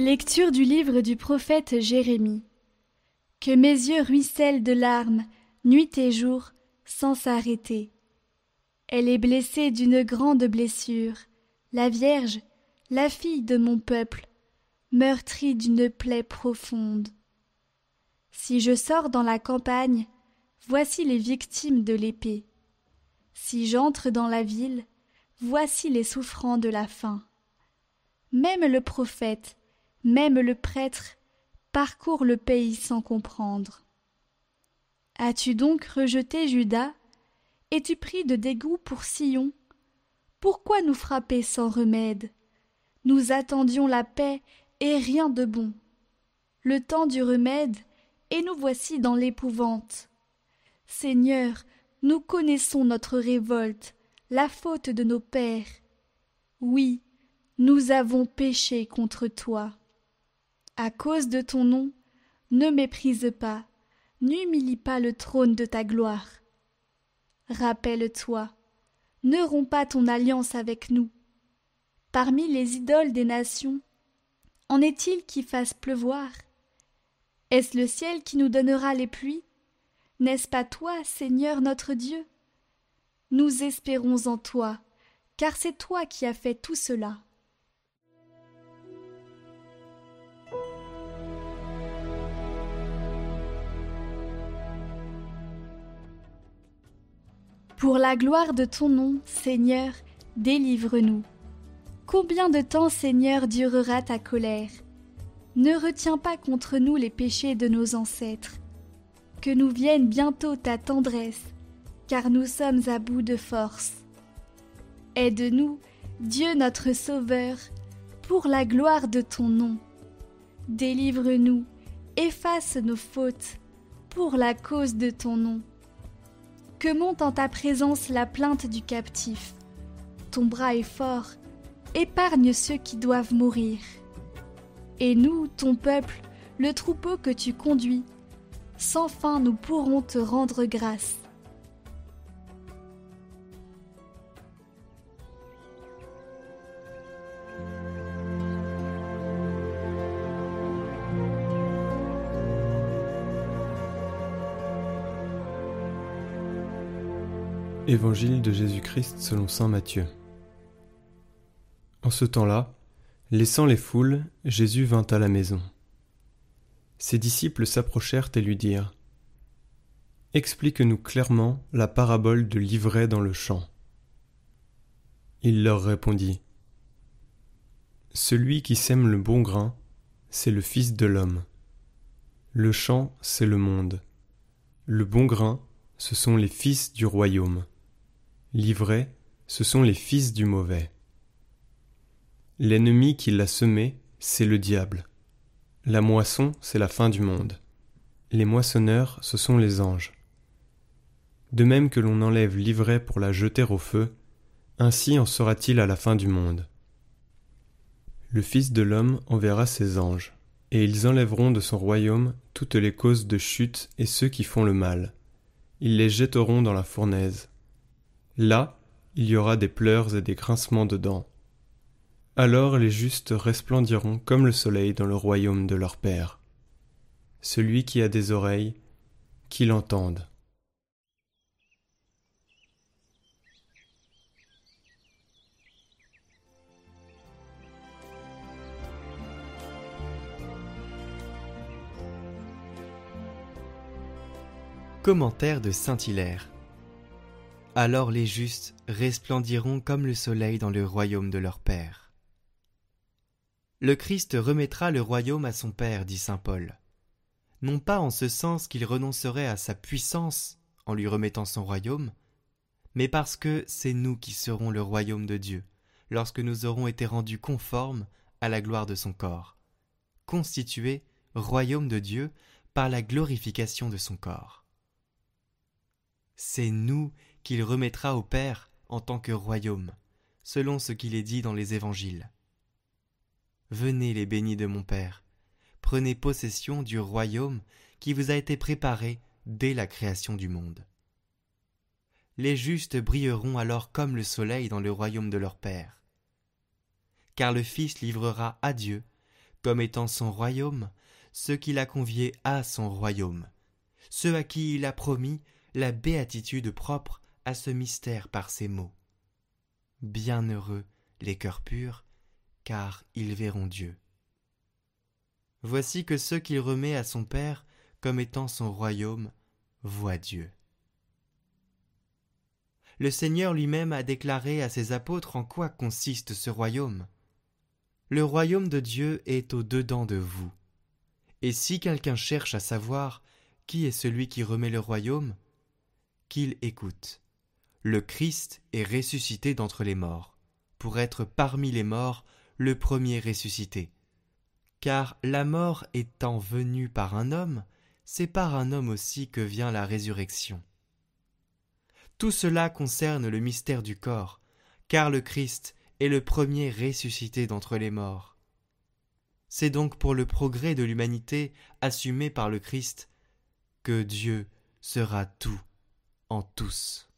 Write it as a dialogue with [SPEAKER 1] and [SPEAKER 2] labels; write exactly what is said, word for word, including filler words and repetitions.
[SPEAKER 1] Lecture du livre du prophète Jérémie. Que mes yeux ruissellent de larmes, nuit et jour, sans s'arrêter. Elle est blessée d'une grande blessure, la Vierge, la fille de mon peuple, meurtrie d'une plaie profonde. Si je sors dans la campagne, voici les victimes de l'épée. Si j'entre dans la ville, voici les souffrants de la faim. Même le prophète, même le prêtre, parcourt le pays sans comprendre. As-tu donc rejeté Juda? Es-tu pris de dégoût pour Sion? Pourquoi nous frapper sans remède? Nous attendions la paix et rien de bon. Le temps du remède, et nous voici dans l'épouvante. Seigneur, nous connaissons notre révolte, la faute de nos pères. Oui, nous avons péché contre toi. À cause de ton nom, ne méprise pas, n'humilie pas le trône de ta gloire. Rappelle-toi, ne romps pas ton alliance avec nous. Parmi les idoles des nations, en est-il qui fassent pleuvoir? Est-ce le ciel qui nous donnera les pluies? N'est-ce pas toi, Seigneur notre Dieu? Nous espérons en toi, car c'est toi qui as fait tout cela. Pour la gloire de ton nom, Seigneur, délivre-nous. Combien de temps, Seigneur, durera ta colère? Ne retiens pas contre nous les péchés de nos ancêtres. Que nous vienne bientôt ta tendresse, car nous sommes à bout de force. Aide-nous, Dieu notre Sauveur, pour la gloire de ton nom. Délivre-nous, efface nos fautes, pour la cause de ton nom. Que monte en ta présence la plainte du captif. Ton bras est fort, épargne ceux qui doivent mourir. Et nous, ton peuple, le troupeau que tu conduis, sans fin nous pourrons te rendre grâce.
[SPEAKER 2] Évangile de Jésus-Christ selon saint Matthieu. En ce temps-là, laissant les foules, Jésus vint à la maison. Ses disciples s'approchèrent et lui dirent : « Explique-nous clairement la parabole de l'ivraie dans le champ. » Il leur répondit : « Celui qui sème le bon grain, c'est le Fils de l'homme. Le champ, c'est le monde. Le bon grain, ce sont les fils du royaume. L'ivraie, ce sont les fils du mauvais. L'ennemi qui l'a semé, c'est le diable. La moisson, c'est la fin du monde. Les moissonneurs, ce sont les anges. De même que l'on enlève l'ivraie pour la jeter au feu, ainsi en sera-t-il à la fin du monde. Le Fils de l'homme enverra ses anges, et ils enlèveront de son royaume toutes les causes de chute et ceux qui font le mal. Ils les jetteront dans la fournaise. Là, il y aura des pleurs et des grincements de dents. Alors les justes resplendiront comme le soleil dans le royaume de leur Père. Celui qui a des oreilles, qu'il entende.
[SPEAKER 3] Commentaire de saint Hilaire. Alors les justes resplendiront comme le soleil dans le royaume de leur Père. Le Christ remettra le royaume à son Père, dit saint Paul. Non pas en ce sens qu'il renoncerait à sa puissance en lui remettant son royaume, mais parce que c'est nous qui serons le royaume de Dieu, lorsque nous aurons été rendus conformes à la gloire de son corps, constitués royaume de Dieu par la glorification de son corps. C'est nous qu'il remettra au Père en tant que royaume, selon ce qu'il est dit dans les évangiles. Venez les bénis de mon Père, prenez possession du royaume qui vous a été préparé dès la création du monde. Les justes brilleront alors comme le soleil dans le royaume de leur Père. Car le Fils livrera à Dieu comme étant son royaume, ceux qu'il a conviés à son royaume, ceux à qui il a promis la béatitude propre à ce mystère par ces mots. Bienheureux les cœurs purs, car ils verront Dieu. Voici que ceux qu'il remet à son Père comme étant son royaume voient Dieu. Le Seigneur lui-même a déclaré à ses apôtres en quoi consiste ce royaume. Le royaume de Dieu est au-dedans de vous. Et si quelqu'un cherche à savoir qui est celui qui remet le royaume, qu'il écoute. Le Christ est ressuscité d'entre les morts, pour être parmi les morts le premier ressuscité. Car la mort étant venue par un homme, c'est par un homme aussi que vient la résurrection. Tout cela concerne le mystère du corps, car le Christ est le premier ressuscité d'entre les morts. C'est donc pour le progrès de l'humanité assumé par le Christ que Dieu sera tout en tous.